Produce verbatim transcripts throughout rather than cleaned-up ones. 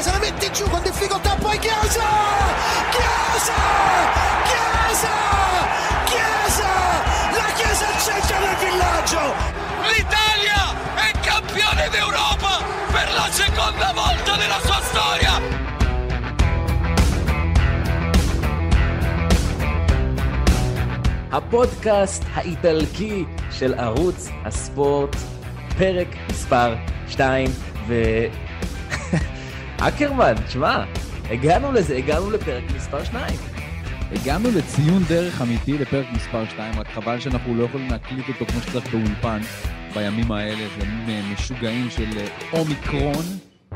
Chiesa la mette giù con difficoltà, poi Chiesa! Chiesa! Chiesa! Chiesa! La Chiesa al centro del villaggio! L'Italia è campione d'Europa per la seconda volta nella sua storia! הפודקאסט האיטלקי של ערוץ הספורט, פרק מספר שתיים, ו... אקרמן, תשמע, הגענו לזה, הגענו לפרק מספר שניים. הגענו לציון דרך אמיתי לפרק מספר שתיים, רק חבל שאנחנו לא יכולים להקליט אותו כמו שצריך באולפן בימים האלה, זה משוגעים של אומיקרון,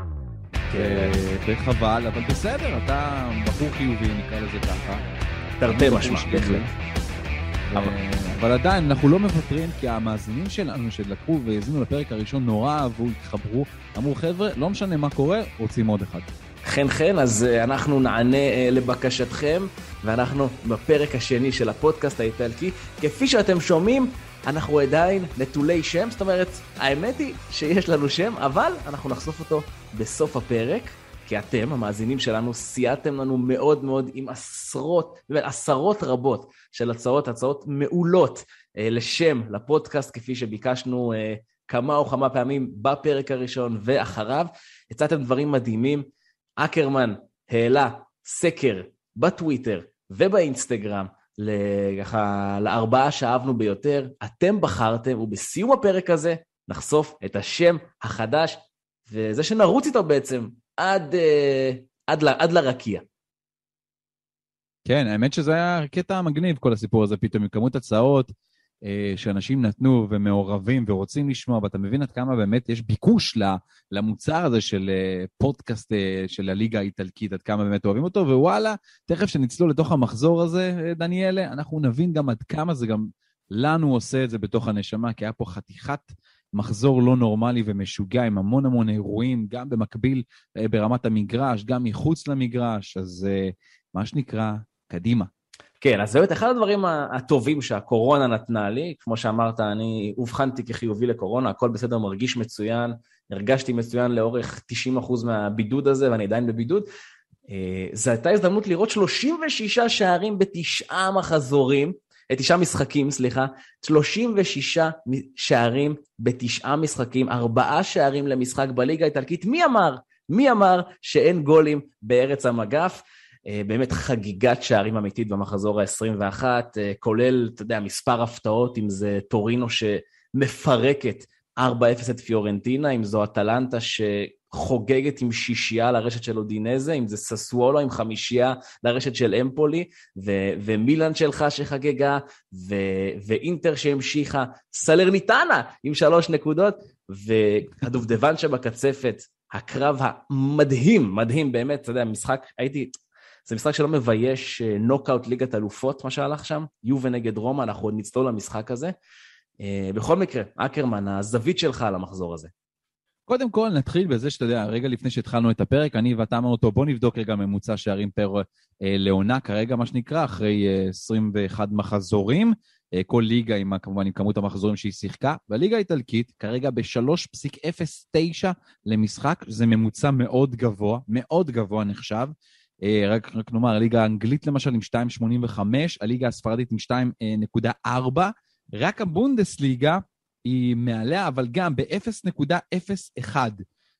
וחבל, אבל בסדר, אתה בחור חיובי, נקרא לזה ככה. תרתי משמע, בהחלט. אבל עדיין אנחנו לא מוותרים, כי המאזינים שלנו שלקחו והזינו לפרק הראשון נורא אהבו, התחברו, אמרו חבר'ה, לא משנה מה קורה, רוצים עוד אחד. כן כן, אז אנחנו נענה לבקשתכם, ואנחנו בפרק השני של הפודקאסט האיטלקי. כפי שאתם שומעים, אנחנו עדיין נטולי שם, זאת אומרת, האמת היא שיש לנו שם, אבל אנחנו נחשוף אותו בסוף הפרק, כי אתם, המאזינים שלנו, סייעתם לנו מאוד מאוד עם עשרות, עשרות רבות של הצעות, הצעות מעולות אה, לשם, לפודקאסט, כפי שביקשנו אה, כמה או כמה פעמים בפרק הראשון ואחריו. הצעתם דברים מדהימים. אקרמן העלה סקר בטוויטר ובאינסטגרם, לככה, לארבעה שאהבנו ביותר. אתם בחרתם, ובסיום הפרק הזה נחשוף את השם החדש, וזה שנרוץ איתו בעצם, עד, עד, עד לרקיע. כן, האמת שזה היה קטע מגניב כל הסיפור הזה, פתאום עם כמות הצעות אה, שאנשים נתנו ומעורבים ורוצים לשמוע, ואתה מבין עד כמה באמת יש ביקוש למוצר הזה של אה, פודקאסט אה, של הליגה האיטלקית, עד כמה באמת אוהבים אותו, ווואלה, תכף שנצלול לתוך המחזור הזה, דניאלה, אנחנו נבין גם עד כמה זה גם לנו עושה את זה בתוך הנשמה, כי היה פה חתיכת מחזור לא נורמלי ומשוגע, עם המון המון אירועים, גם במקביל ברמת המגרש, גם מחוץ למגרש, אז מה שנקרא, קדימה. כן, אז באמת אחד הדברים הטובים שהקורונה נתנה לי, כמו שאמרת, אני אובחנתי כחיובי לקורונה, הכל בסדר, מרגיש מצוין, הרגשתי מצוין לאורך תשעים אחוז מהבידוד הזה, ואני עדיין בבידוד. זו הייתה הזדמנות לראות שלושים ושישה שערים בתשעה מחזורים, תשעה משחקים, סליחה, שלושים ושישה שערים בתשעה משחקים, ארבעה שערים למשחק בליגה האיטלקית. מי אמר? מי אמר שאין גולים בארץ המגף? באמת חגיגת שערים אמיתית במחזור ה-עשרים ואחת, כולל, אתה יודע, מספר הפתעות, אם זה טורינו שמפרקת ארבע אפס את פיורנטינה, אם זו אטלנטה שחוגגת עם שישייה לרשת של אודינזה, אם זה ססוולו עם חמישייה לרשת של אמפולי, ו- ומילאן שלך שחגגה, ו- ואינטר שהמשיכה, סלרניטנה עם שלוש נקודות, והדובדבן שבקצפת, הקרב המדהים, מדהים באמת, אתה יודע, משחק, הייתי, זה משחק שלא מבייש נוקאוט ליגת אלופות, מה שהלך שם, יובה נגד רומא, אנחנו עוד נצלול למשחק הזה. בכל מקרה, אקרמן, הזווית שלך על המחזור הזה. קודם כל נתחיל בזה שאתה יודע, רגע לפני שהתחלנו את הפרק, אני ואתה אמרנו אותו, בוא נבדוק רגע ממוצע שערים פר אה, לעונה, כרגע מה שנקרא, אחרי אה, עשרים ואחד מחזורים, אה, כל ליגה עם, כמובן עם כמות המחזורים שהיא שיחקה, והליגה האיטלקית כרגע ב-שלוש נקודה אפס תשע למשחק, זה ממוצע מאוד גבוה, מאוד גבוה נחשב, אה, רק, רק נאמר, הליגה האנגלית למשל עם שתיים נקודה שמונים וחמש, הליגה הספרדית עם שתיים נקודה ארבע, רק הבונדסליגה היא מעליה, אבל גם ב-אפס נקודה אפס אחת,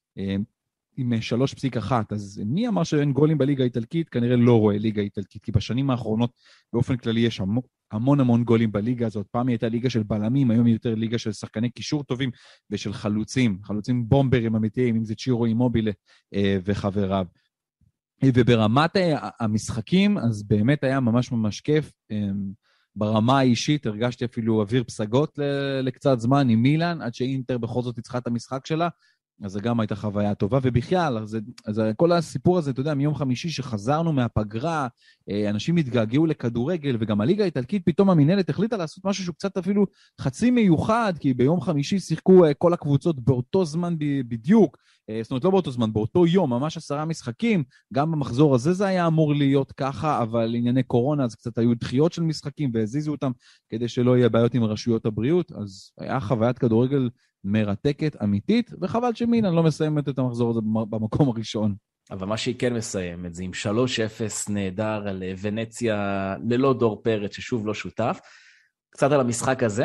עם שלוש נקודה אחת, אז מי אמר שאין גולים בליגה האיטלקית? כנראה לא רואה ליגה האיטלקית, כי בשנים האחרונות באופן כללי יש המון, המון המון גולים בליגה הזאת, פעם היא הייתה ליגה של בלמים, היום היא יותר ליגה של שחקני קישור טובים, ושל חלוצים, חלוצים בומברים אמיתיים, אם זה צ'ירו אימובילה וחבריו. וברמת המשחקים, אז באמת היה ממש ממש כיף, ברמה האישית הרגשתי אפילו אוויר פסגות לקצת זמן עם מילאן, עד שאינטר בכל זאת יצחה את המשחק שלה, אז זה גם הייתה חוויה טובה, ובכלל, אז, אז כל הסיפור הזה, אתה יודע, מיום חמישי שחזרנו מהפגרה, אנשים התגעגעו לכדורגל, וגם הליגה האיטלקית, פתאום המנהלת החליטה לעשות משהו שהוא קצת אפילו חצי מיוחד, כי ביום חמישי שיחקו כל הקבוצות באותו זמן בדיוק, זאת אומרת לא באותו זמן, באותו יום, ממש עשרה משחקים, גם במחזור הזה זה היה אמור להיות ככה, אבל ענייני קורונה, אז קצת היו דחיות של משחקים, והזיזו אותם כדי שלא יהיה בעיות עם רשויות הבריאות, אז היה חוויית כדורגל מרתקת, אמיתית, וחבל שמילאן לא מסיימת את המחזור הזה במקום הראשון. אבל מה שהיא כן מסיימת, זה עם שלוש אפס נהדר על ונציה ללא דור פרץ, ששוב לא שותף. קצת על המשחק הזה?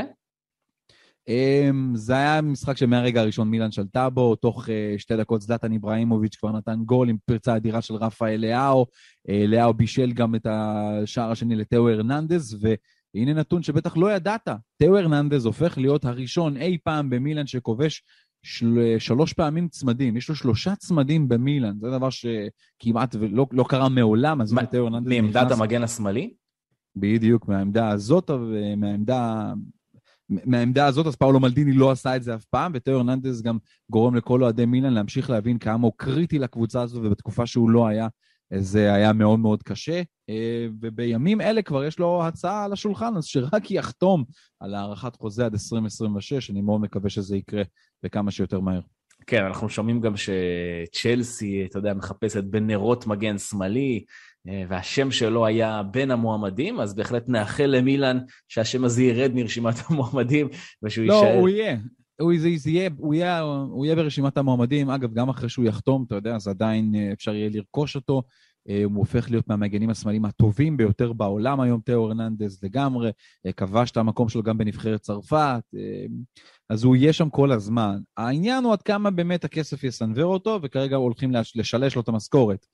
זה היה משחק שמהרגע הראשון מילאן שלטה בו, תוך שתי דקות זלטן איברהימוביץ' כבר נתן גול עם פרצה אדירה של רפאל לאו, לאו בישל גם את השער השני לתאו הרננדז, והנה נתון שבטח לא ידעת, תאו הרננדז הופך להיות הראשון אי פעם במילאן שכובש של... שלוש פעמים צמדים, יש לו שלושה צמדים במילאן, זה דבר שכמעט לא, לא קרה מעולם, אז הנה תאו הרננדז נכנס... מעמדת המגן השמאלי? בדיוק, מהעמדה הזאת, מהעמדה... מהעמדה הזאת, אז פאולו מלדיני לא עשה את זה אף פעם, ותאו הרננדז גם גורם לכל אוהדי מילאן להמשיך להבין כמה הוא קריטי לקבוצה הזו, ובתקופה שהוא לא היה, זה היה מאוד מאוד קשה, ובימים אלה כבר יש לו הצעה על השולחן, אז שרק יחתום על הערכת חוזה עד עשרים עשרים ושש, אני מאוד מקווה שזה יקרה בכמה שיותר מהר. כן, אנחנו שומעים גם שצ'לסי, אתה יודע, מחפשת בנרות מגן שמאלי, והשם שלו היה בין המועמדים, אז בהחלט נאחל למילאן שהשם הזה ירד מרשימת המועמדים, ושהוא לא, יישאר... הוא יהיה. הוא יהיה, הוא יהיה, הוא יהיה ברשימת המועמדים, אגב, גם אחרי שהוא יחתום, אתה יודע, אז עדיין אפשר יהיה לרכוש אותו, הוא הופך להיות מהמגנים השמאליים הטובים ביותר בעולם היום, תאו הרננדז לגמרי, כבש את המקום שלו גם בנבחרת צרפת, אז הוא יהיה שם כל הזמן. העניין הוא עד כמה באמת הכסף יסנבר אותו, וכרגע הולכים לשלש לו את המשכורת.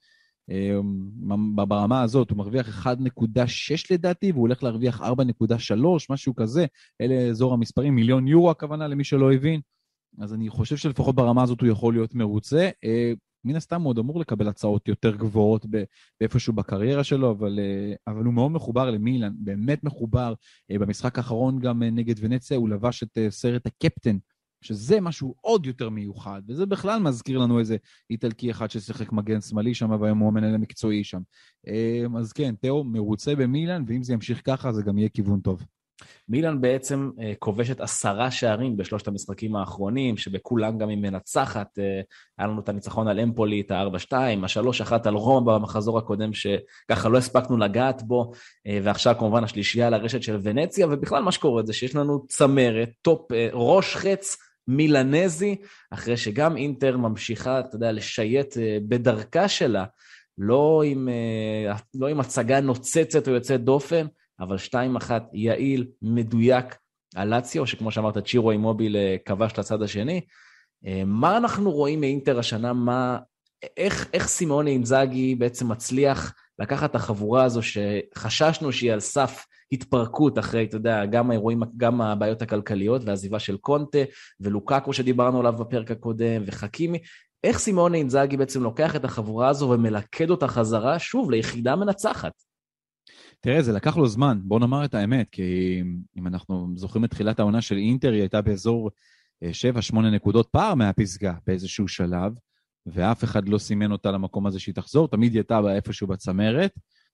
ברמה הזאת הוא מרוויח אחת נקודה שש לדעתי, והוא הולך להרוויח ארבע נקודה שלוש, משהו כזה, אלה אזור המספרים, מיליון יורו הכוונה למי שלא הבין, אז אני חושב שלפחות ברמה הזאת הוא יכול להיות מרוצה, מן הסתם הוא עוד אמור לקבל הצעות יותר גבוהות באיפשהו בקריירה שלו, אבל, אבל הוא מאוד מחובר למילאן, באמת מחובר, במשחק האחרון גם נגד ונציה הוא לבש את סרט הקפטן, שזה משהו עוד יותר מיוחד, וזה בכלל מזכיר לנו איזה איטלקי אחד ששיחק מגן שמאלי שם, והיום הוא המנהל המקצועי שם. אז כן, תאו מרוצה במילאן, ואם זה ימשיך ככה, זה גם יהיה כיוון טוב. מילאן בעצם כובשת עשרה שערים בשלושת המשחקים האחרונים, שבכולם גם היא מנצחת, היה לנו את הניצחון על אמפולי, את ה-ארבע שתיים, ה-שלוש אחת על רומא במחזור הקודם, שככה לא הספקנו לגעת בו, ועכשיו כמובן השלישייה על הרשת של ונציה, ובכלל מה שקורה זה שיש לנו צמרת, טופ, ראש חץ, מילנזי, אחרי שגם אינטר ממשיכה, אתה יודע, לשייט בדרכה שלה, לא עם, לא עם הצגה נוצצת או יוצאת דופן, אבל שתיים אחת יעיל, מדויק, על לאציו, שכמו שאמרת, צ'ירו אימוביל כבש לצד השני. מה אנחנו רואים מאינטר השנה? מה, איך, איך סימונה אינזאגי בעצם מצליח לקחת את החבורה הזו שחששנו שהיא על סף התפרקות אחרי, אתה יודע, גם האירועים, גם הבעיות הכלכליות והעזיבה של קונטה ולוקאקו שדיברנו עליו בפרק הקודם וחכימי, איך סימונה אינזאגי בעצם לוקח את החבורה הזו ומלכד אותה חזרה שוב ליחידה מנצחת? תראה, זה לקח לו זמן, בוא נאמר את האמת, כי אם אנחנו זוכרים את תחילת העונה של אינטר, היא הייתה באזור שבע שמונה נקודות פער מהפסגה באיזשהו שלב, ואף אחד לא סימן אותה למקום הזה שהיא תחזור, תמיד היא הייתה איפשהו בצמרת,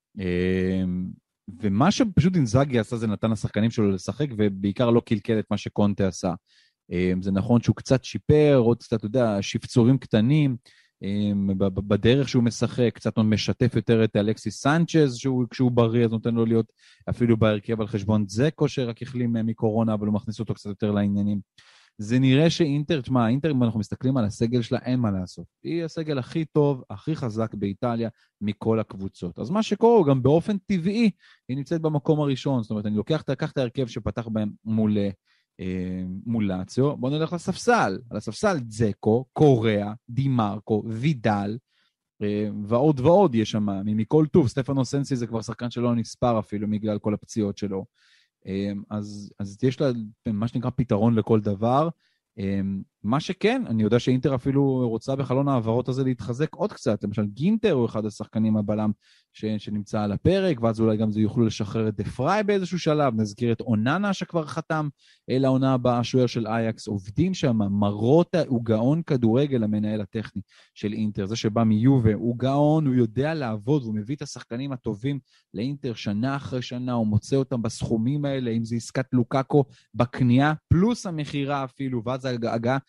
ומה שפשוט אינזאגי עשה זה נתן לשחקנים שלו לשחק, ובעיקר לא קלקל את מה שקונטה עשה. זה נכון שהוא קצת שיפר, עוד קצת, אתה יודע, שפצורים קטנים, בדרך שהוא משחק, קצת משתף יותר את אלכסיס סנצ'ז, כשהוא בריא, אז נותן לו להיות אפילו בהרכב על חשבון זקו, שרק החלים מקורונה, אבל הוא מכניס אותו קצת יותר לעניינים. זה נראה שאינטר, תשמע, אינטר, אם אנחנו מסתכלים על הסגל שלה, אין מה לעשות. היא הסגל הכי טוב, הכי חזק באיטליה, מכל הקבוצות. אז מה שקורה, גם באופן טבעי, היא נמצאת במקום הראשון, זאת אומרת, אני לוקח את ההרכב שפתח בהם מול... מול לאציו, בואו נלך לספסל, על הספסל זקו, קוריאה, דימרקו, וידל, ועוד ועוד יש שם, מכל טוב, סטפנו סנסי זה כבר שחקן שלא נספר אפילו, בגלל כל הפציעות שלו, אז, אז יש לה מה שנקרא פתרון לכל דבר, מה שכן, אני יודע שאינטר אפילו רוצה בחלון העברות הזה להתחזק עוד קצת, למשל גינטר הוא אחד השחקנים הבלם ש, שנמצא על הפרק, ואז אולי גם זה יוכלו לשחרר את דפראי באיזשהו שלב, נזכיר את אוננה שכבר חתם אל העונה הבאה, השוער של אייקס, עובדים שם, מרוטה הוא גאון כדורגל, המנהל הטכני של אינטר, זה שבא מיובה, הוא גאון, הוא יודע לעבוד, הוא מביא את השחקנים הטובים לאינטר שנה אחרי שנה, הוא מוצא אותם בסכומים האלה, אם זה עסקת לוקאקו בקנייה, פלוס המחירה אפילו, ואז ההגעה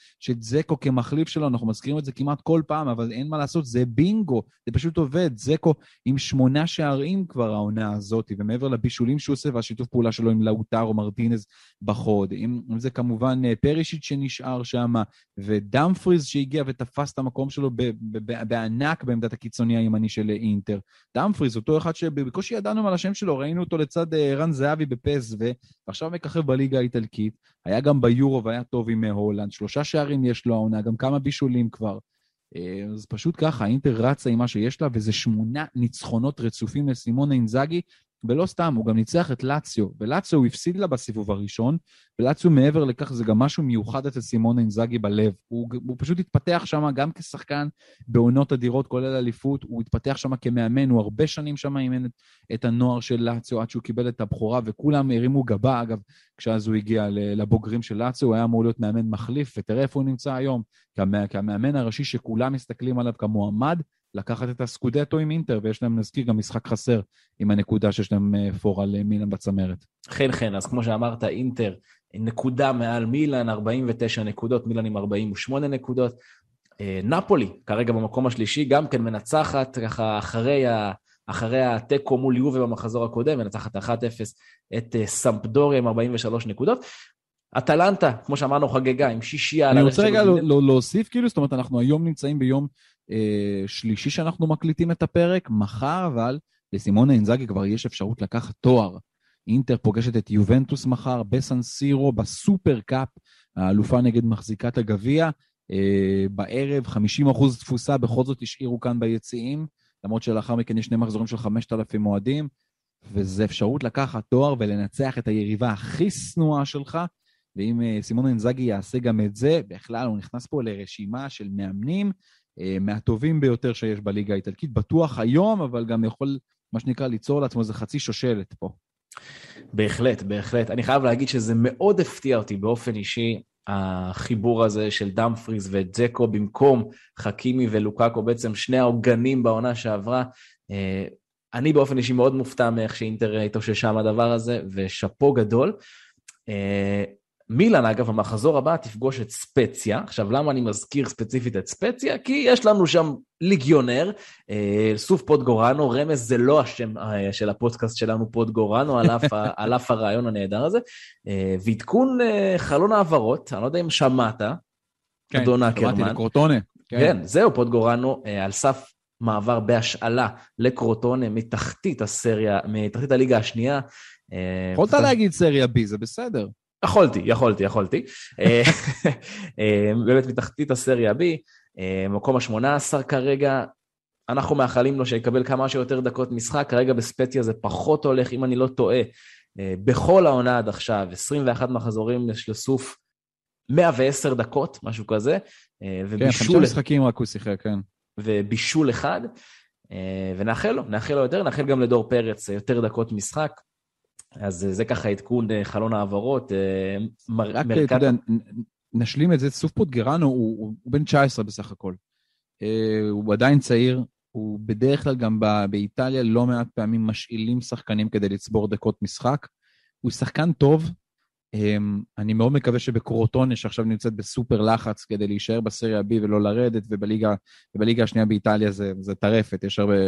שזקו כמחליף שלו, אנחנו מזכירים את זה כמעט כל פעם, אבל אין מה לעשות, זה בינגו, זה פשוט עובד, זקו עם שמונה שערים כבר העונה הזאת, ומעבר לבישולים שהוא עושה, והשיתוף פעולה שלו עם לאוטרו מרטינז בחוד, אם, אם זה כמובן פרישיט שנשאר שם, ודאמפריז שהגיע ותפס את המקום שלו בענק בעמדת הקיצוני הימני של אינטר. דאמפריז, אותו אחד שבקושי ידענו על השם שלו, ראינו אותו לצד רן זהבי בפס, ועכשיו מככב בליגה האיטלקית, היה גם ביורו והיה טוב עם הולנד, שלושה שערים יש לו העונה, גם כמה בישולים כבר. אז פשוט ככה, אינטר רצה עם מה שיש לה, וזה שמונה ניצחונות רצופים לסימונה אינזאגי, ולא סתם, הוא גם ניצח את לאציו, ולאציו הוא הפסיד לה בסיבוב הראשון, ולאציו מעבר לכך זה גם משהו מיוחד אצל סימונה אינזאגי בלב, הוא, הוא פשוט התפתח שם גם כשחקן בעונות אדירות, כולל אליפות, הוא התפתח שם כמאמן, הוא הרבה שנים שם אימן את, את הנוער של לאציו, עד שהוא קיבל את הבחורה, וכולם הרימו גבה, אגב, כשאז הוא הגיע לבוגרים של לאציו, הוא היה אמור להיות מאמן מחליף, ותראה איפה הוא נמצא היום, כמה, כמאמן הראשי שכולם מסתכלים עליו כמועמד, לקחת את הסקודטו עם אינטר, ויש להם נזכיר גם משחק חסר עם הנקודה שיש להם פור על מילאן בצמרת. כן, כן, אז כמו שאמרת, אינטר נקודה מעל מילאן, ארבעים ותשע נקודות, מילאן עם ארבעים ושמונה נקודות. נפולי, כרגע במקום השלישי, גם כן מנצחת, ככה אחרי, ה, אחרי הטקו מול יובה במחזור הקודם, מנצחת אחת אפס את סמפדוריה עם ארבעים ושלוש נקודות. אטלנטה, כמו שאמרנו, חגגה עם שישייה. אני רוצה רגע להוסיף, כאילו, זאת אומרת, אנחנו היום נמצאים ביום שלישי שאנחנו מקליטים את הפרק, מחר אבל לסימונה אינזאגי כבר יש אפשרות לקחת תואר. אינטר פוגשת את יובנטוס מחר בסן סירו בסופר קאפ, האלופה נגד מחזיקת הגביע, בערב חמישים אחוז תפוסה, בכל זאת השאירו כאן ביציעים, למרות שלאחר מכן יש שני מחזורים של חמשת אלפים מועדים, וזה אפשרות לקחת תואר ולנצח את היריבה הכי שנואה שלך, ואם סימונה אינזאגי יעשה גם את זה, בכלל הוא נכנס פה לרשימה של מאמנים, מהטובים ביותר שיש בליגה האיטלקית, בטוח היום, אבל גם יכול, מה שנקרא, ליצור לעצמו איזה חצי שושלת פה. בהחלט, בהחלט. אני חייב להגיד שזה מאוד הפתיע אותי באופן אישי, החיבור הזה של דאמפריז וזקו, במקום חכימי ולוקאקו, בעצם שני העוגנים בעונה שעברה. אני באופן אישי מאוד מופתע מאיך שאינטר התאוששה מהדבר הזה, ושפו גדול. מילאן, אגב, המחזור הבא תפגוש את ספציה. עכשיו, למה אני מזכיר ספציפית את ספציה? כי יש לנו שם ליגיונר, סוף פודגורנו, רמז זה לא השם של הפודקאסט שלנו פודגורנו, על אף, על אף הרעיון הנהדר הזה, ועדכון חלון העברות, אני לא יודע אם שמעת, כן, אדונה שמעתי קרמן. לקרוטונה. כן. כן, זהו פודגורנו, על סף מעבר בהשאלה לקרוטונה, מתחתית הסריה, מתחתית הליגה השנייה. יכולת להגיד סריה בי, זה בסדר. יכולתי, יכולתי, יכולתי. באמת מתחתית הסריה בי, מקום ה-שמונה עשר כרגע, אנחנו מאחלים לו שיקבל כמה שיותר דקות משחק, כרגע בספציה זה פחות הולך, אם אני לא טועה, בכל העונה עד עכשיו, עשרים ואחת מחזורים יש לסוף מאה ועשר דקות, משהו כזה, כן, חמישה משחקים רק הוא שיחק, כן. ובישול אחד, ונאחל לו, נאחל לו יותר, נאחל גם לדור פרץ יותר דקות משחק, אז זה ככה עדכון חלון העברות. רק, אתה יודע, נשלים את זה, סוף פודגרנו הוא בן תשע עשרה בסך הכל. הוא עדיין צעיר, הוא בדרך כלל גם באיטליה לא מעט פעמים משאילים שחקנים כדי לצבור דקות משחק. הוא שחקן טוב, אני מאוד מקווה שבקרוטונה שעכשיו נמצאת בסופר לחץ כדי להישאר בסריה בי ולא לרדת, ובליגה, ובליגה השנייה באיטליה זה, זה טרפת, יש הרבה...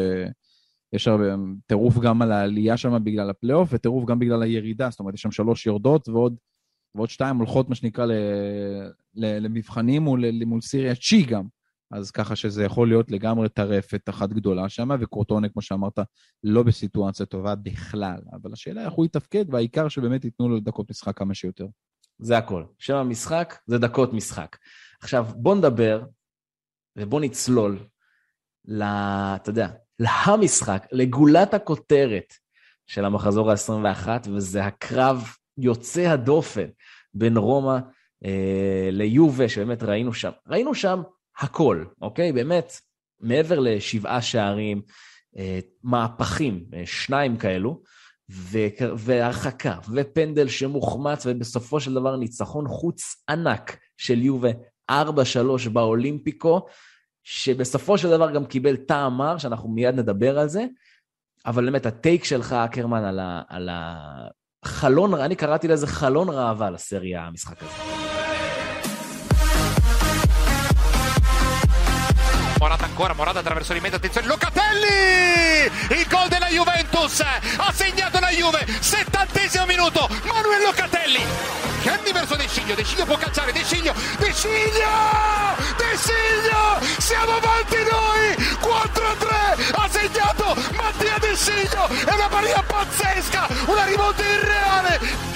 יש הרבה טירוף גם על העלייה שם בגלל הפלייאוף, וטירוף גם בגלל הירידה, זאת אומרת, יש שם שלוש יורדות, ועוד, ועוד שתיים הולכות, מה שנקרא, ל, ל, למבחנים, מול סיריה צ'י גם, אז ככה שזה יכול להיות לגמרי טרפת אחת גדולה שם, וקרוטונה, כמו שאמרת, לא בסיטואציה טובה בכלל, אבל השאלה איך הוא יתפקד, והעיקר שבאמת ייתנו לו דקות משחק כמה שיותר. זה הכל. שם המשחק זה דקות משחק. עכשיו, בוא נדבר, ובוא נצלול, ל... אתה יודע, להמשחק, לגולת הכותרת של המחזור ה-עשרים ואחת, וזה הקרב יוצא הדופן בין רומא אה, ליובה, שבאמת ראינו שם, ראינו שם הכל, אוקיי? באמת, מעבר לשבעה שערים, אה, מהפכים, אה, שניים כאלו, ו- והרחקה, ופנדל שמוחמץ, ובסופו של דבר ניצחון חוץ ענק של יובה, ארבע שלוש באולימפיקו, שבסופו של דבר גם קיבל טעם מר, שאנחנו מיד נדבר על זה, אבל באמת הטייק שלך, אקרמן, על, ה, על החלון, אני קראתי לזה חלון ראווה לסריה המשחק הזה. ancora Morata attraverso di mezzo, attenzione Locatelli, il gol della Juventus, ha segnato la Juve, settantesimo minuto, Manuel Locatelli, Kendi verso De Sciglio, De Sciglio può calciare, De Sciglio, De Sciglio, De Sciglio, siamo avanti noi, quattro a tre, ha segnato Mattia De Sciglio, è una partita pazzesca, una rimonta irreale.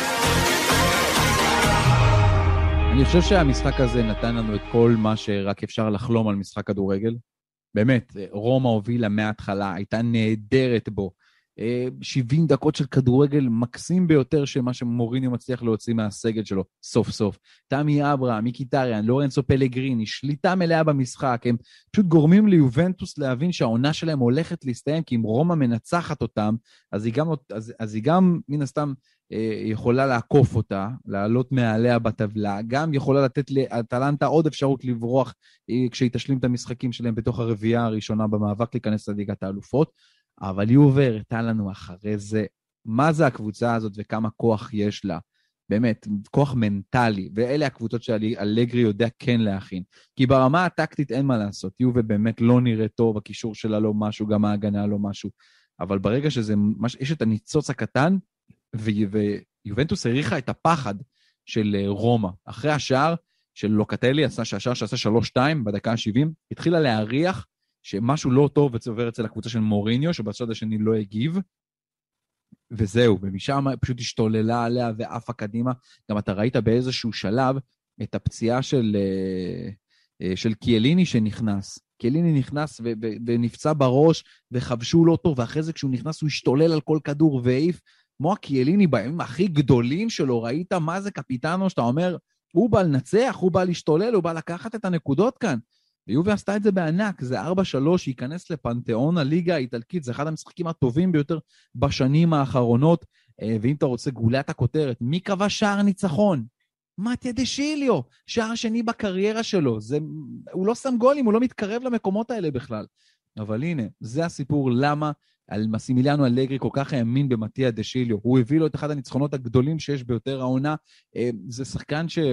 אני חושב שהמשחק הזה נתן לנו את כל מה שרק אפשר לחלום על משחק כדורגל. באמת, רומא הובילה מההתחלה, הייתה נהדרת בו. שבעים דקות של כדורגל מקסים ביותר שמה שמוריניו מצליח להוציא מהסגל שלו, סוף סוף. תמי אברה, מיקיטריאן, לורנצו פלגריני, שליטה מלאה במשחק, הם פשוט גורמים ליובנטוס להבין שהעונה שלהם הולכת להסתיים, כי אם רומא מנצחת אותם, אז היא גם, אז, אז היא גם מן הסתם אה, יכולה לעקוף אותה, לעלות מעליה בטבלה, גם יכולה לתת לאטלנטה עוד אפשרות לברוח, אה, כשהיא תשלים את המשחקים שלהם בתוך הרביעייה הראשונה במאבק להיכנס לליגת האלופות, אבל יובה הראתה לנו אחרי זה, מה זה הקבוצה הזאת וכמה כוח יש לה. באמת, כוח מנטלי, ואלה הקבוצות שאלגרי יודע כן להכין. כי ברמה הטקטית אין מה לעשות, יובה באמת לא נראה טוב, הקישור שלה לא משהו, גם ההגנה לא משהו. אבל ברגע שזה, יש את הניצוץ הקטן, ויובנטוס הריחה את הפחד של רומא. אחרי השער של לוקטלי, השער שעשה שלוש שתיים בדקה ה-שבעים, התחילה להריח, שמשהו לא טוב עובר אצל הקבוצה של מוריניו, שבצד השני לא הגיב, וזהו, ומשם פשוט השתוללה עליה ואפה קדימה. גם אתה ראית באיזשהו שלב את הפציעה של, של קיאליני שנכנס. קיאליני נכנס ו- ו- ונפצע בראש, וחבשו לו טוב, ואחרי זה כשהוא נכנס הוא השתולל על כל כדור והעיף, כמו הקיאליני בימים הכי גדולים שלו, ראית מה זה קפיטנו, שאתה אומר, הוא בא לנצח, הוא בא להשתולל, הוא בא לקחת את הנקודות כאן. ויובי עשתה את זה בענק, זה ארבע שלוש, ייכנס לפנתיאון הליגה האיטלקית, זה אחד המשחקים הטובים ביותר בשנים האחרונות, ואם אתה רוצה גולת הכותרת, מי קבע שער ניצחון? מתיה דה שיליו, שער שני בקריירה שלו, זה, הוא לא שם גולים, הוא לא מתקרב למקומות האלה בכלל, אבל הנה, זה הסיפור למה על מסימיליאנו אלגרי כל כך האמין במתיה דה שיליו, הוא הביא לו את אחד הניצחונות הגדולים שיש ביותר העונה, זה שחקן ש...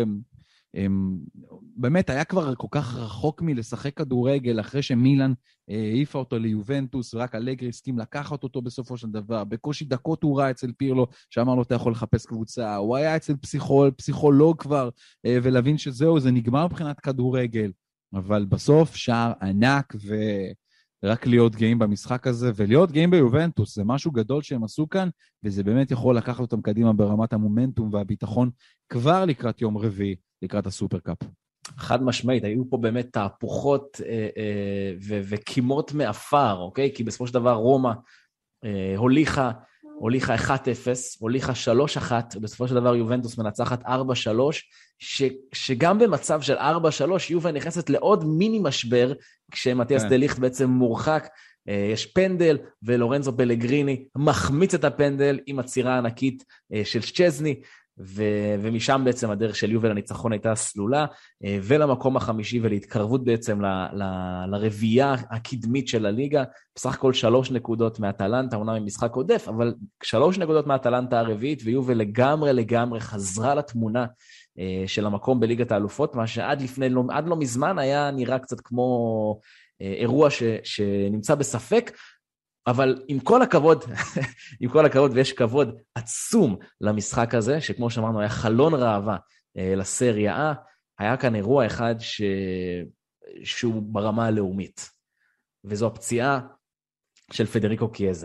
באמת היה כבר כל כך רחוק מלשחק כדורגל אחרי שמילאן העיפה אותו ליובנטוס, ורק אלגרי הסכים לקחת אותו בסופו של דבר. בקושי דקות הוא ראה אצל פירלו שאמר לו אתה יכול לחפש קבוצה, הוא היה אצל פסיכול, פסיכולוג כבר, ולהבין שזהו, זה נגמר מבחינת כדורגל, אבל בסוף שער ענק, ורק להיות גאים במשחק הזה ולהיות גאים ביובנטוס, זה משהו גדול שהם עשו כאן, וזה באמת יכול לקחת אותם קדימה ברמת המומנטום והביטחון כבר לקראת יום רביעי, לקראת הסופרקאפ. חד משמעית, היו פה באמת תהפוכות אה, אה, ו- וקימות מאפר, אוקיי? כי בסופו של דבר רומא אה, הוליכה, הוליכה אחת אפס, הוליכה שלוש אחת, בסופו של דבר יובנטוס מנצחת ארבע שלוש, ש- שגם במצב של ארבע שלוש, יובה נכנסת לעוד מיני משבר, כשמתיאס דה ליכט בעצם מורחק, אה, יש פנדל, ולורנצו פלגריני מחמיץ את הפנדל עם הצירה הענקית אה, של צ'זני, ו- ומשם בעצם הדרך של יובל הניצחון הייתה סלולה, ולמקום החמישי ולהתקרבות בעצם ל- ל- לרביעייה הקדמית של הליגה, בסך הכל שלוש נקודות מהטלנטה, אומנם עם משחק עודף, אבל שלוש נקודות מהטלנטה הרביעית, ויובל לגמרי לגמרי חזרה לתמונה של המקום בליגת האלופות, מה שעד לפני, עד לא מזמן היה נראה קצת כמו אירוע ש- שנמצא בספק, אבל עם כל הכבוד, עם כל הכבוד, ויש כבוד עצום למשחק הזה, שכמו שאמרנו, היה חלון ראווה אה, לסריה A, היה כאן אירוע אחד ש... שהוא ברמה הלאומית, וזו הפציעה של פדריקו קיאזה,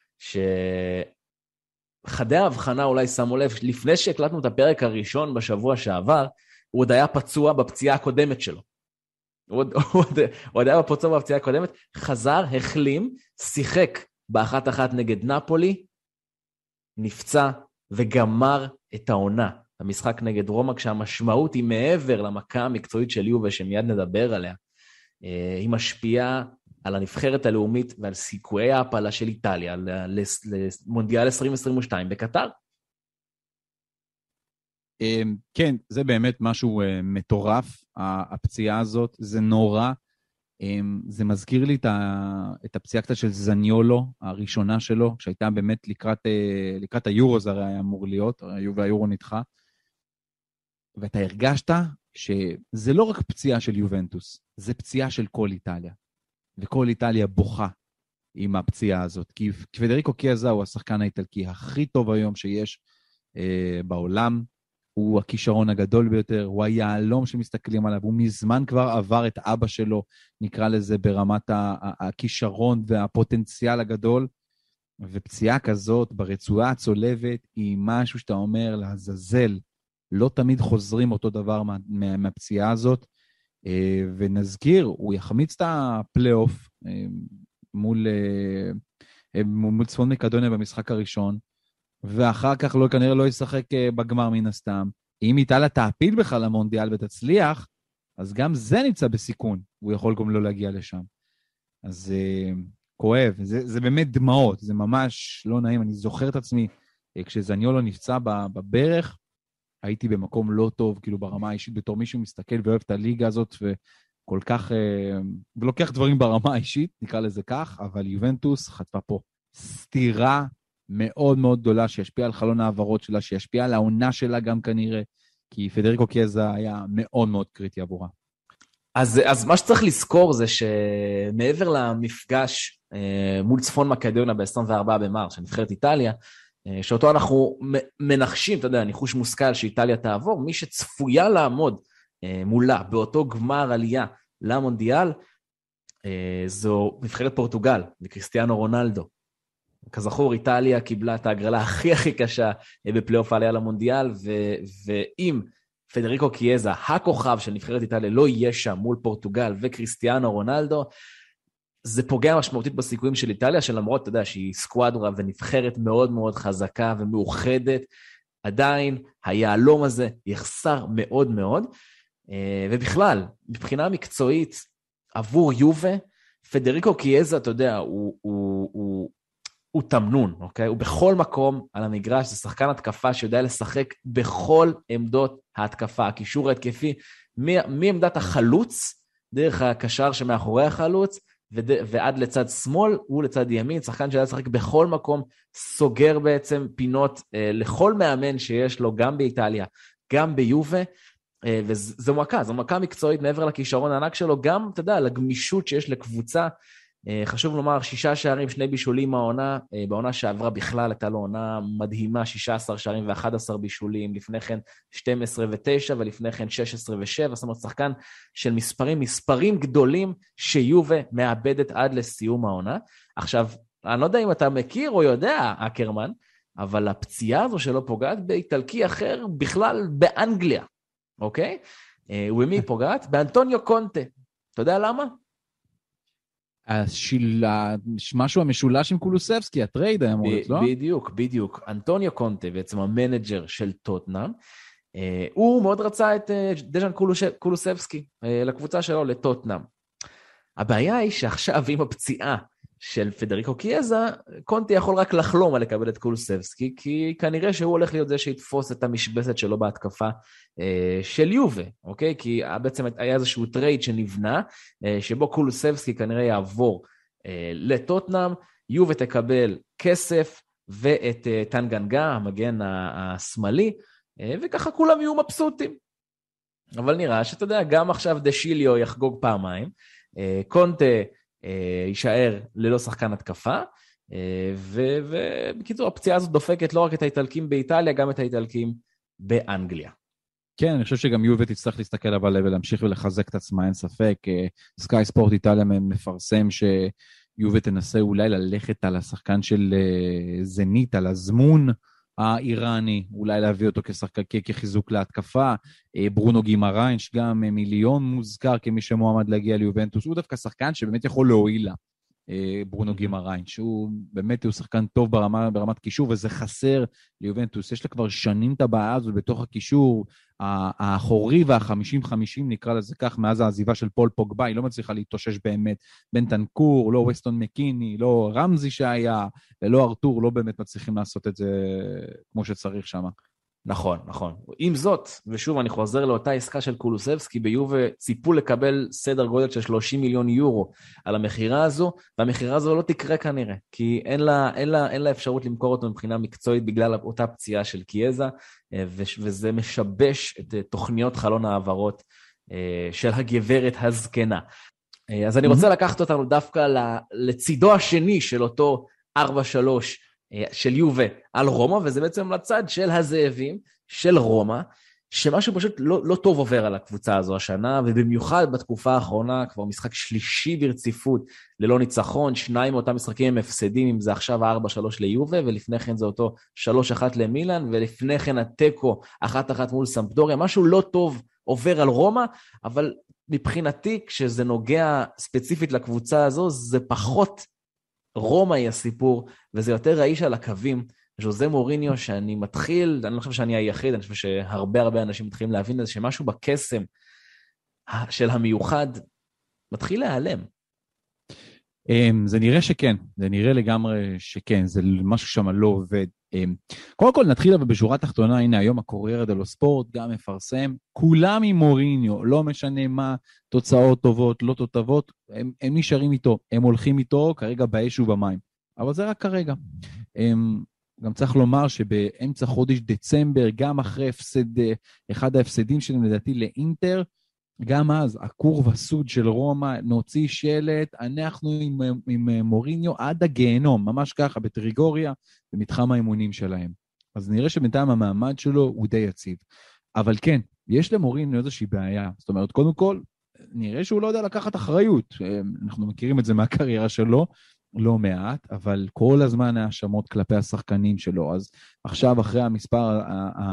שחדי ההבחנה אולי שמו לב, לפני שהקלטנו את הפרק הראשון בשבוע שעבר, הוא עוד היה פצוע בפציעה הקודמת שלו. הוא עוד, הוא עוד, הוא עוד היה בפוצוע בפציעה הקודמת, חזר, החלים, שיחק באחת אחת נגד נפולי, נפצע וגמר את העונה. המשחק נגד רומא, כשהמשמעות היא מעבר למכה המקצועית של יובה, שמיד נדבר עליה, היא משפיעה על הנבחרת הלאומית ועל סיכויי ההפלה של איטליה, למונדיאל עשרים עשרים ושתיים בקטר. כן, זה באמת משהו מטורף, הפציעה הזאת, זה נורא, זה מזכיר לי את הפציעה קצת של זניולו, הראשונה שלו, שהייתה באמת לקראת, לקראת היורו, זה היה אמור להיות, והיורו נדחה, ואתה הרגשת שזה לא רק פציעה של יובנטוס, זה פציעה של כל איטליה, וכל איטליה בוכה עם הפציעה הזאת, כי פדריקו קיאזה הוא השחקן האיטלקי הכי טוב היום שיש אה, בעולם, הוא הכישרון הגדול ביותר, הוא היעלום שמסתכלים עליו, הוא מזמן כבר עבר את אבא שלו, נקרא לזה ברמת הכישרון והפוטנציאל הגדול, ופציעה כזאת ברצועה הצולבת היא משהו שאתה אומר לעזאזל, לא תמיד חוזרים אותו דבר מה, מה, מהפציעה הזאת, ונזכיר, הוא יחמיץ את הפלייאוף מול, מול צפון מקדוניה במשחק הראשון, ואחר כך לא, כנראה לא ישחק בגמר מן הסתם. אם איטליה תעפיל בכלל למונדיאל ותצליח, אז גם זה נמצא בסיכון, הוא יכול גם לא להגיע לשם. אז uh, כואב, זה, זה באמת דמעות, זה ממש לא נעים. אני זוכר את עצמי, כשזניולו נפצע בברך, הייתי במקום לא טוב, כאילו ברמה האישית, בתור מישהו מסתכל ואוהב את הליגה הזאת, וכל כך, uh, ולוקח דברים ברמה האישית, נקרא לזה כך, אבל יובנטוס חטפה פה סתירה, מאוד מאוד גדולה, שישפיע על חלון העברות שלה, שישפיע על העונה שלה גם כנראה, כי פדריקו קיאזה היה מאוד מאוד קריטי עבורה. אז, אז מה שצריך לזכור זה שמעבר למפגש אה, מול צפון מקדוניה ב-עשרים וארבעה במרץ, שנבחרת איטליה, אה, שאותו אנחנו מנחשים, אתה יודע, ניחוש מושכל שאיטליה תעבור, מי שצפויה לעמוד אה, מולה באותו גמר עלייה למונדיאל, אה, זו נבחרת פורטוגל, וקריסטיאנו רונלדו. כזכור, איטליה קיבלה את ההגרלה הכי הכי קשה בפלייאוף העלייה למונדיאל, ו- ואם פדריקו קיאזה, הכוכב של נבחרת איטליה, לא יהיה שם מול פורטוגל וקריסטיאנו רונלדו, זה פוגע משמעותית בסיכויים של איטליה, שלמרות, אתה יודע, שהיא סקואדרה ונבחרת מאוד מאוד חזקה ומאוחדת, עדיין היעלום הזה יחסר מאוד מאוד, ובכלל, מבחינה מקצועית, עבור יובה, פדריקו קיאזה, אתה יודע, הוא... הוא, הוא הוא תמנון, אוקיי? הוא בכל מקום על המגרש, זה שחקן התקפה שיודע לשחק בכל עמדות ההתקפה, הקישור ההתקפי, מעמדת החלוץ, דרך הקשר שמאחורי החלוץ, וד... ועד לצד שמאל, הוא לצד ימין, שחקן שיודע לשחק בכל מקום, סוגר בעצם פינות אה, לכל מאמן שיש לו, גם באיטליה, גם ביובה, אה, וזו מכה, זו מכה מקצועית מעבר לכישרון הענק שלו, גם, אתה יודע, לגמישות שיש לקבוצה, חשוב לומר, שישה שערים, שני בישולים מהעונה, בעונה שעברה בכלל הייתה לו עונה מדהימה, שישה עשר שערים ו-אחד עשר בישולים, לפני כן שתים עשרה ותשע, ולפני כן שש עשרה ושבע, זאת אומרת, שחקן של מספרים, מספרים גדולים שיובה מאבדת עד לסיום העונה. עכשיו, אני לא יודע אם אתה מכיר או יודע, אקרמן, אבל הפציעה הזו שלו פוגעת באיטלקי אחר, בכלל באנגליה, אוקיי? ומי פוגעת? באנטוניו קונטה. אתה יודע למה? השיל... משהו המשולש עם קולוסבסקי, הטרייד היה אמור, לא? בדיוק, בדיוק. אנטוניו קונטה, בעצם המנג'ר של טוטנהאם, הוא מאוד רצה את דז'אן קולוסבסקי לקבוצה שלו, לטוטנהאם. הבעיה היא שעכשיו עם הפציעה של פדריקו קיאזה, קונטה יכול רק לחלום על לקבל את קולוסבסקי, כי כנראה שהוא הולך להיות זה שיתפוס את המשבצת שלו בהתקפה אה, של יובה, אוקיי? כי בעצם היה איזשהו טרייד שנבנה, אה, שבו קולוסבסקי כנראה יעבור אה, לטוטנהאם, יובה תקבל כסף ואת אה, טנגנגה, המגן השמאלי, אה, וככה כולם יהיו מבסוטים. אבל נראה שאתה יודע, גם עכשיו דשיליו יחגוג פעמיים, אה, קונטה, יישאר ללא שחקן התקפה, ובקיצור, הפציעה הזאת דופקת לא רק את האיטלקים באיטליה, גם את האיטלקים באנגליה. כן, אני חושב שגם יובה תצטרך להסתכל אבל ולהמשיך ולחזק את עצמה, אין ספק. סקאי ספורט איטליה מפרסם שיובה תנסה אולי ללכת על השחקן של זנית, על הזמון האיראני, אולי להביא אותו כשחקן, כחיזוק להתקפה. ברונו גימריינש גם מיליון מוזכר כמי שמועמד להגיע ליובנטוס, הוא דווקא שחקן שבאמת יכול להועיל לה, ברונו גימריינש, הוא באמת הוא שחקן טוב ברמה, ברמת קישור, וזה חסר ליובנטוס, יש לה כבר שנים את הבעיה הזאת בתוך הקישור, האחורי והחמישים חמישים נקרא לזה כך, מאז העזיבה של פול פוגבה, היא לא מצליחה להתאושש באמת, בן טנקור, לא ווסטון מקיני, לא רמזי שהיה, ולא ארתור, לא באמת מצליחים לעשות את זה כמו שצריך שם. נכון, נכון. עם זאת, ושוב אני חוזר לאותה עסקה של קולוסבסקי, ביובה ציפו לקבל סדר גודל של שלושים מיליון יורו על המחירה הזו, והמחירה הזו לא תקרה כנראה, כי אין לה, אין לה, אין לה אפשרות למכור אותו מבחינה מקצועית בגלל אותה פציעה של קיאזה, וזה משבש את תוכניות חלון העברות של הגברת הזקנה. אז אני רוצה לקחת אותנו דווקא לצידו השני של אותו ארבע שלוש של יובה על רומא, וזה בעצם לצד של הזאבים, של רומא, שמשהו פשוט לא, לא טוב עובר על הקבוצה הזו השנה, ובמיוחד בתקופה האחרונה, כבר משחק שלישי ברציפות ללא ניצחון, שניים מאותם משחקים הם הפסדים, אם זה עכשיו ארבע שלוש ליובה, ולפני כן זה אותו שלוש אחת למילאן, ולפני כן הטקו אחת אחת מול סמפדוריה, משהו לא טוב עובר על רומא, אבל מבחינתי, כשזה נוגע ספציפית לקבוצה הזו, זה פחות רומא היא הסיפור, וזה יותר האיש על הקווים, ז'וזה מוריניו, שאני מתחיל, אני לא חושב שאני היחיד, אני חושב שהרבה הרבה אנשים מתחילים להבין לזה, שמשהו בקסם של המיוחד מתחיל להיעלם. זה נראה שכן, זה נראה לגמרי שכן, זה משהו שם לא עובד. קודם כל נתחיל אבל בשורה תחתונה, הנה היום הקוריירה דלו ספורט, גם מפרסם, כולם עם מוריניו, לא משנה מה, תוצאות טובות, לא טובות, הם, הם נשארים איתו, הם הולכים איתו כרגע באש ובמים, אבל זה רק כרגע. הם, גם צריך לומר שבאמצע חודש דצמבר, גם אחרי הפסד, אחד ההפסדים שלהם לדעתי לאינטר, גם אז, הקורב הסוד של רומא, נוציא שלט, אנחנו עם, עם מוריניו עד הגהנום, ממש ככה, בטריגוריה, במתחם האימונים שלהם. אז נראה שבינתיים המעמד שלו הוא די יציב. אבל כן, יש למוריניו איזושהי בעיה. זאת אומרת, קודם כל, נראה שהוא לא יודע לקחת אחריות. אנחנו מכירים את זה מהקריירה שלו, לא מעט, אבל כל הזמן האשמות כלפי השחקנים שלו. אז עכשיו, אחרי המספר,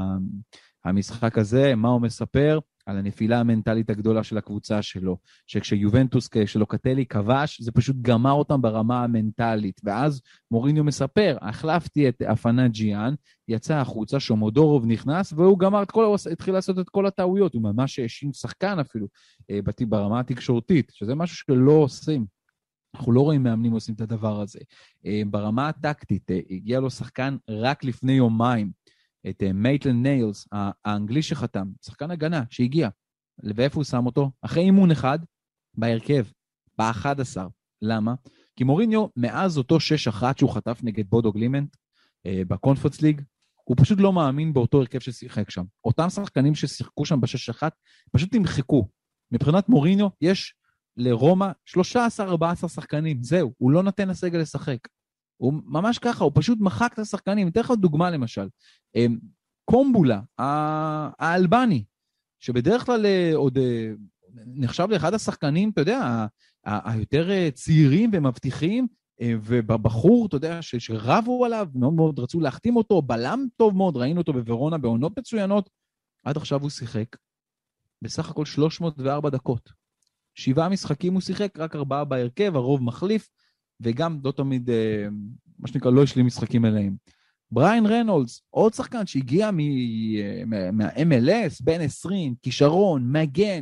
המשחק הזה, מה הוא מספר? על הנפילה המנטלית הגדולה של הקבוצה שלו, שכשיובנטוס של לוקטלי כבש, זה פשוט גמר אותם ברמה המנטלית, ואז מוריניו מספר, החלפתי את אפנה ג'יאן, יצא החוצה, שומודורוב נכנס, והוא גמר את כל, התחיל לעשות את כל הטעויות, הוא ממש האשים שחקן אפילו, ברמה התקשורתית, שזה משהו שלא עושים, אנחנו לא רואים מאמנים עושים את הדבר הזה. ברמה הטקטית, הגיע לו שחקן רק לפני יומיים, את מייטלן ניילס, האנגלי שחתם, שחקן הגנה שהגיע, ואיפה הוא שם אותו? אחרי אימון אחד, בהרכב, ב-אחד עשר. למה? כי מוריניו, מאז אותו שש אחת שהוא חטף נגד בודו גלימנט, בקונפרנס ליג, הוא פשוט לא מאמין באותו הרכב ששיחק שם. אותם שחקנים ששיחקו שם ב-שש אחת, פשוט תמחקו. מבחינת מוריניו, יש לרומא שלושה עשר ארבעה עשר שחקנים, זהו, הוא לא נותן לסגל לשחק. הוא ממש ככה, הוא פשוט מחק את השחקנים. אתן לך דוגמה למשל, קומבולה, האלבני, שבדרך כלל עוד נחשב לאחד השחקנים, אתה יודע, היותר צעירים ומבטיחים, ובבחור, אתה יודע, שרבו עליו, מאוד מאוד רצו להחתים אותו, בלם טוב מאוד, ראינו אותו בוורונה, בעונות מצוינות, עד עכשיו הוא שיחק, בסך הכל שלוש מאות וארבע דקות. שבעה משחקים הוא שיחק, רק ארבעה בהרכב, הרוב מחליף, וגם לא תמיד, מה שנקרא, לא ישלים משחקים אליהם. בריין רנולדס, עוד שחקן שהגיע מה-אם אל אס, בין עשרים, כישרון, מגן,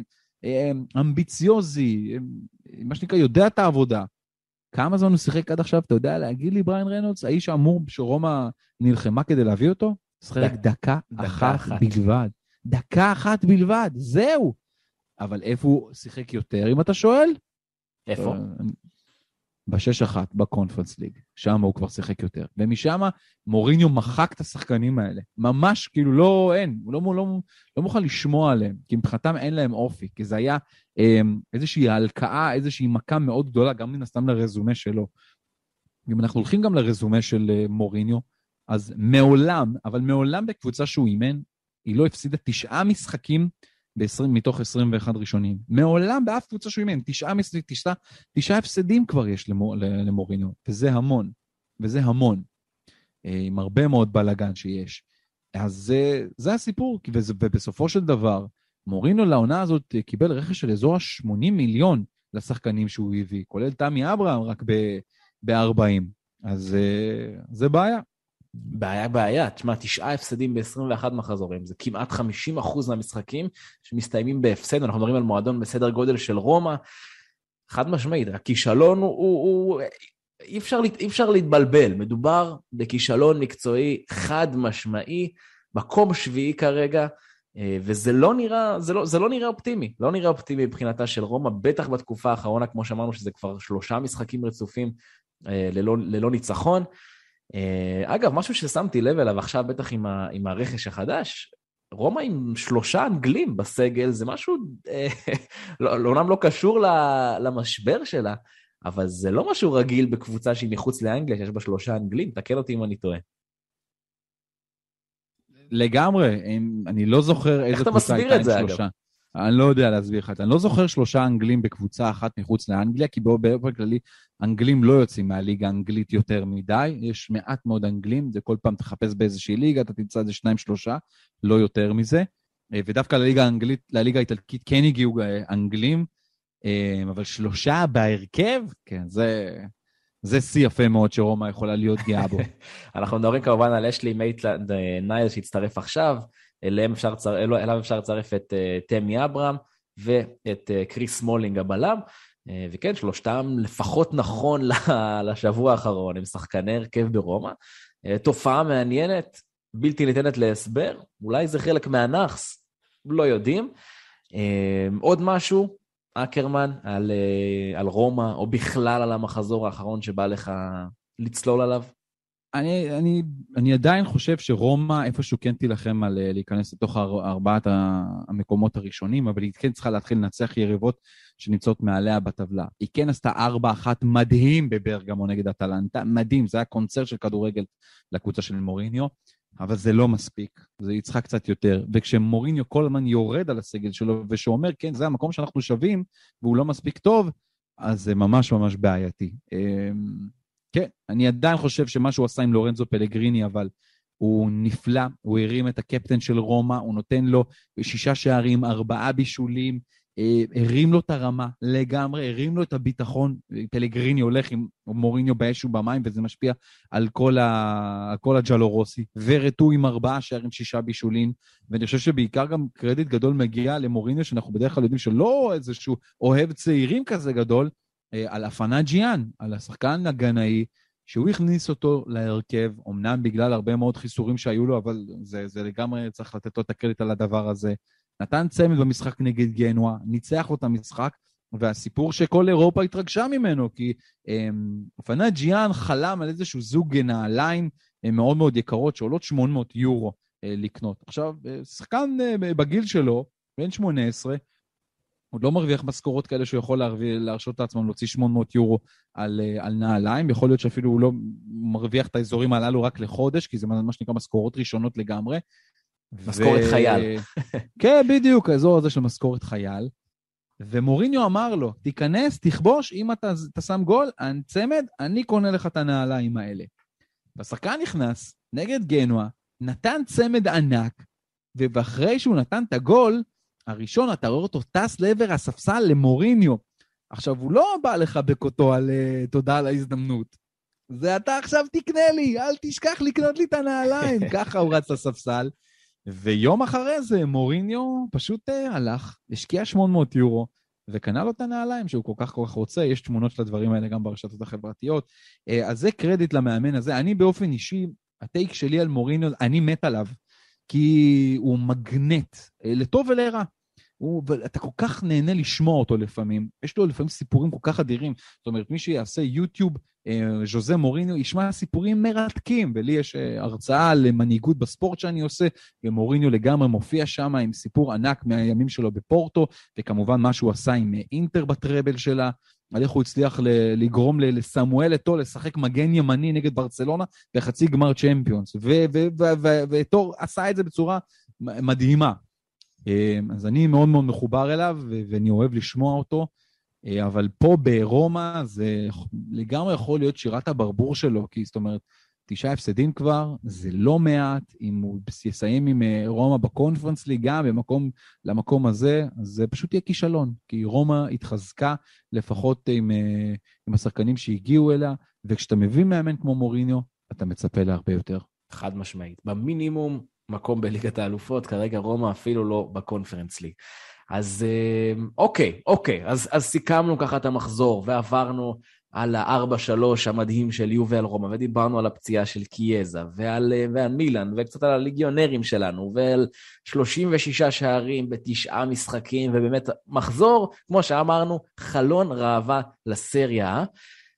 אמביציוזי, מה שנקרא, יודע את העבודה. כמה זמן הוא שיחק עד עכשיו? אתה יודע להגיד לי, בריין רנולדס, האיש האמור שרומא נלחמה כדי להביא אותו? שחק דקה אחת בלבד. דקה אחת בלבד, זהו. אבל איפה הוא שיחק יותר, אם אתה שואל? איפה? בשש אחת, בקונפרנס ליג, שם הוא כבר שיחק יותר, ומשם מוריניו מחק את השחקנים האלה, ממש כאילו לא, אין, הוא לא, לא, לא מוכן לשמוע עליהם, כי מבחינתם אין להם אופי, כי זה היה אה, איזושהי הלקאה, איזושהי מכה מאוד גדולה, גם מן הסתם לרזומה שלו. אם אנחנו הולכים גם לרזומה של אה, מוריניו, אז מעולם, אבל מעולם בקבוצה שהוא אימן, היא לא הפסידה תשעה משחקים, ב-עשרים מתוך עשרים ואחת ראשונים. מעולם באף קבוצה שהוא אימן, תשעה, תשעה, תשעה הפסדים כבר יש למור, למוריניו, וזה המון, וזה המון, עם הרבה מאוד בלגן שיש. אז זה, זה הסיפור, ובסופו של דבר, מוריניו לעונה הזאת קיבל רכש של אזור ה-שמונים מיליון לשחקנים שהוא הביא, כולל תמי אברהם רק ב-ארבעים. אז זה בעיה. בעיה, בעיה. תשמע, תשעה הפסדים ב-עשרים ואחת מחזורים, זה כמעט חמישים אחוז מהמשחקים שמסתיימים בהפסד, אנחנו מדברים על מועדון בסדר גודל של רומא, חד משמעית, הכישלון הוא, הוא, הוא אי אפשר, אי אפשר להתבלבל, מדובר בכישלון מקצועי חד משמעי, מקום שביעי כרגע, וזה לא נראה, זה לא, זה לא נראה אופטימי, לא נראה אופטימי מבחינתה של רומא, בטח בתקופה האחרונה, כמו שאמרנו שזה כבר שלושה משחקים רצופים ללא, ללא ניצחון. אגב, משהו ששמתי לב אליו עכשיו, בטח עם, ה, עם הרכש החדש, רומא עם שלושה אנגלים בסגל, זה משהו, לעולם לא קשור למשבר שלה, אבל זה לא משהו רגיל בקבוצה שהיא מחוץ לאנגליה, שיש בה שלושה אנגלים, תקן אותי אם אני טועה. לגמרי, אני לא זוכר איזה קבוצה הייתה עם שלושה. אני לא יודע להסביר לך, אני לא זוכר שלושה אנגלים בקבוצה אחת מחוץ לאנגליה, כי באופן כללי, אנגלים לא יוצאים מהליגה האנגלית יותר מדי, יש מעט מאוד אנגלים, זה כל פעם תחפש באיזושהי ליגה, אתה תמצא איזה שניים שלושה, לא יותר מזה, ודווקא לליגה האנגלית, לליגה האיטלקית כן הגיעו אנגלים, אבל שלושה בהרכב, כן, זה... זה שיא יפה מאוד שרומא יכולה להיות גאה בו. אנחנו מדברים כמובן על אשלי מייטלנד נייל שהצטרף עכשיו, אליו אפשר, אליו אפשר לצרף את תמי אברהם ואת קריס סמולינג הבלם, וכן, שלושתם לפחות נכון לשבוע האחרון, הם שחקני הרכב ברומא. תופעה מעניינת, בלתי ניתנת להסבר, אולי זה חלק מהנחס, לא יודעים. עוד משהו, אקרמן, על, על רומא, או בכלל על המחזור האחרון שבא לך לצלול עליו? אני, אני, אני עדיין חושב שרומא איפשהו כן תילחם על להיכנס לתוך ארבעת המקומות הראשונים, אבל היא כן צריכה להתחיל לנצח יריבות שנמצאות מעליה בטבלה. היא כן עשתה ארבע אחת מדהים בברגמו נגד אטלנטה, מדהים, זה היה קונצרט של כדורגל לקבוצה של מוריניו, אבל זה לא מספיק, זה יצחה קצת יותר, וכשמוריניו כל הזמן יורד על הסגל שלו, ושאומר, כן, זה המקום שאנחנו שווים, והוא לא מספיק טוב, אז זה ממש ממש בעייתי. כן, אני עדיין חושב שמה שהוא עשה עם לורנזו פלגריני, אבל הוא נפלא, הוא הרים את הקפטן של רומא, הוא נותן לו שישה שערים, ארבעה בישולים, הרים לו את הרמה לגמרי, הרים לו את הביטחון, פלגריני הולך עם מוריניו באש ובמים, וזה משפיע על כל, ה... כל הג'לורוסי, ורטו עם ארבעה שערים, שישה בישולים, ואני חושב שבעיקר גם קרדיט גדול מגיע למוריניו, שאנחנו בדרך כלל יודעים שלא איזשהו אוהב צעירים כזה גדול, על אפנה ג'יאן, על השחקן הגנאי, שהוא הכניס אותו להרכב, אמנם בגלל הרבה מאוד חיסורים שהיו לו, אבל זה, זה לגמרי צריך לתת לו את הקרדיט על הדבר הזה, נתן צמד במשחק נגד גנואה, ניצח לו את המשחק, והסיפור שכל אירופה התרגשה ממנו, כי אפנה ג'יאן חלם על איזשהו זוג נעליים מאוד מאוד יקרות, שעולות שמונה מאות יורו לקנות. עכשיו, שחקן בגיל שלו, בן שמונה עשרה, עוד לא מרוויח משכורות כאלה שהוא יכול להרשות את עצמם, להוציא שמונה מאות יורו על, על נעליים, יכול להיות שאפילו הוא לא מרוויח את האזורים הללו רק לחודש, כי זה מה שנקרא משכורות ראשונות לגמרי. משכורת ו... חייל. כן, בדיוק, האזור הזה של משכורת חייל. ומוריניו אמר לו, תיכנס, תכבוש, אם אתה, אתה שם גול, אני צמד, אני קונה לך את הנעליים האלה. והשחקן נכנס, נגד גנואה, נתן צמד ענק, ואחרי שהוא נתן את הגול, הראשון, אתה רואה אותו טס לעבר הספסל למוריניו. עכשיו, הוא לא בא לחבק אותו על uh, תודה על ההזדמנות. זה אתה עכשיו תקנה לי, אל תשכח לקנות לי את הנעליים. ככה הוא רץ לספסל. ויום אחרי זה, מוריניו פשוט uh, הלך, השקיע שמונה מאות יורו, וקנה לו את הנעליים שהוא כל כך כל כך רוצה. יש תמונות של הדברים האלה גם ברשתות החברתיות. Uh, אז זה קרדיט למאמן הזה. אני באופן אישי, הטייק שלי על מוריניו, אני מת עליו. כי הוא מגנט, לטוב ולרע. הוא, ואתה כל כך נהנה לשמוע אותו לפעמים. יש לו לפעמים סיפורים כל כך אדירים. זאת אומרת, מי שיעשה יוטיוב, ז'וזה מוריניו, ישמע סיפורים מרתקים, ולי יש הרצאה למנהיגות בספורט שאני עושה, ומוריניו לגמרי מופיע שם עם סיפור ענק מהימים שלו בפורטו, וכמובן מה שהוא עשה עם אינטר בטראבל שלה, על איך הוא הצליח לגרום לסמואל אתו לשחק מגן ימני נגד ברצלונה בחצי גמר צ'מפיונס, ואתו עשה את זה בצורה מדהימה. אז אני מאוד מאוד מחובר אליו, ואני אוהב לשמוע אותו, אבל פה ברומא זה לגמרי יכול להיות שירת הברבור שלו, כי זאת אומרת, תשעה הפסדים כבר, זה לא מעט, אם הוא יסיים עם רומא בקונפרנס ליגה, במקום, למקום הזה, אז זה פשוט יהיה כישלון, כי רומא התחזקה לפחות עם, עם השחקנים שהגיעו אליה, וכשאתה מביא מאמן כמו מוריניו, אתה מצפה להרבה יותר. חד משמעית. במינימום, מקום בליגת האלופות, כרגע רומא אפילו לא בקונפרנס ליג. אז אוקיי, אוקיי, אז, אז סיכמנו ככה את המחזור, ועברנו על ה-ארבע שלוש המדהים של יובל רומא, ודיברנו על הפציעה של קיאזה, ועל, ועל מילאן, וקצת על הליגיונרים שלנו, ועל שלושים ושישה שערים בתשעה משחקים, ובאמת מחזור, כמו שאמרנו, חלון ראווה לסריה,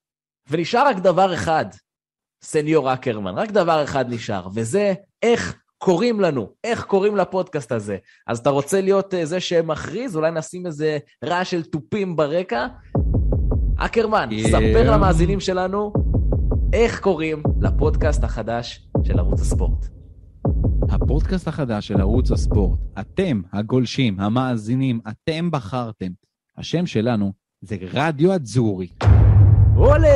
ונשאר רק דבר אחד, סניור אקרמן, רק דבר אחד נשאר, וזה איך קוראים לנו, איך קוראים לפודקאסט הזה? אז אתה רוצה להיות זה שמכריז, אולי נשים איזה רעש של טופים ברקע? אקרמן, ספר למאזינים שלנו, איך קוראים לפודקאסט החדש של ערוץ הספורט? הפודקאסט החדש של ערוץ הספורט, אתם הגולשים, המאזינים, אתם בחרתם. השם שלנו זה רדיו אדזורי. אולי!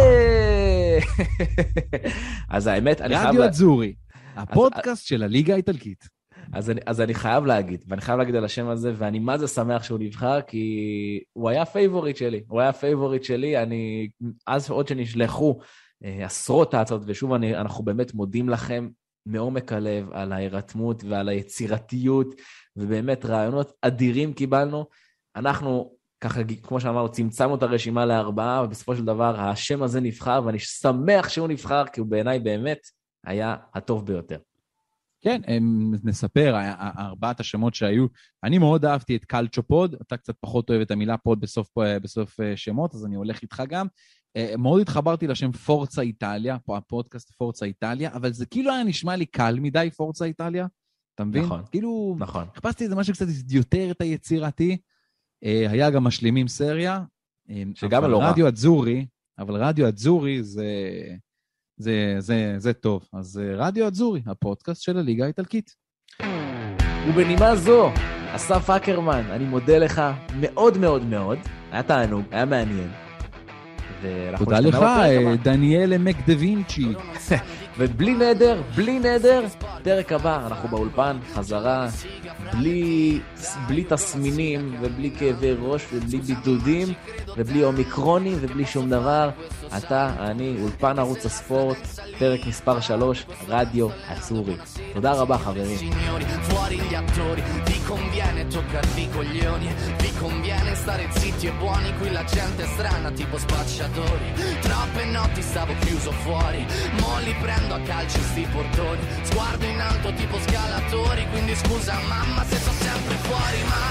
אז האמת, אני חייב... רדיו אדזורי, הפודקאסט של הליגה האיטלקית. אז אני, אז אני חייב להגיד, ואני חייב להגיד על השם הזה, ואני מה זה שמח שהוא נבחר, כי הוא היה פייבוריט שלי, הוא היה פייבוריט שלי, אני, אז עוד שנשלחו עשרות ההצעות, ושוב אני, אנחנו באמת מודים לכם מעומק הלב על ההירתמות ועל היצירתיות, ובאמת רעיונות אדירים קיבלנו. אנחנו, ככה, כמו שאמרנו, צמצמנו את הרשימה לארבעה, ובסופו של דבר השם הזה נבחר, ואני שמח שהוא נבחר, כי הוא בעיניי באמת היה הטוב ביותר. כן, נספר, ארבעת השמות שהיו, אני מאוד אהבתי את קלצ'ו פוד, אתה קצת פחות אוהב את המילה פוד בסוף, בסוף שמות, אז אני הולך איתך גם. מאוד התחברתי לשם פורצה איטליה, פה הפודקאסט פורצה איטליה, אבל זה כאילו היה נשמע לי קל מדי פורצה איטליה, אתה מבין? נכון, כאילו, נכון. חפשתי איזה משהו קצת יותר את היצירתי, היה גם משלימים סריה, שגם לא רע. רדיו אדזורי, אבל רדיו אדזורי זה... זה, זה, זה טוב. אז רדיו אדזורי, הפודקאסט של הליגה האיטלקית. ובנימה זו, אסף אקרמן, אני מודה לך מאוד מאוד מאוד. היה תענוג, היה מעניין. תודה לך, דניאל מקדווינצ'י. ובלי נדר, בלי נדר, פרק הבא, אנחנו באולפן, חזרה, בלי, בלי תסמינים, ובלי כאבי ראש, ובלי בידודים, ובלי אומיקרוני, ובלי שום דבר. אתה, אני, אולפן ערוץ הספורט, פרק מספר שלוש, רדיו אדזורי. תודה רבה, חברים. Conviene stare zitti e buoni, qui la gente è strana tipo spacciatori. Troppe notti stavo chiuso fuori, mo li prendo a calci sti portoni. Sguardo in alto tipo scalatori, quindi scusa mamma se sto sempre fuori, ma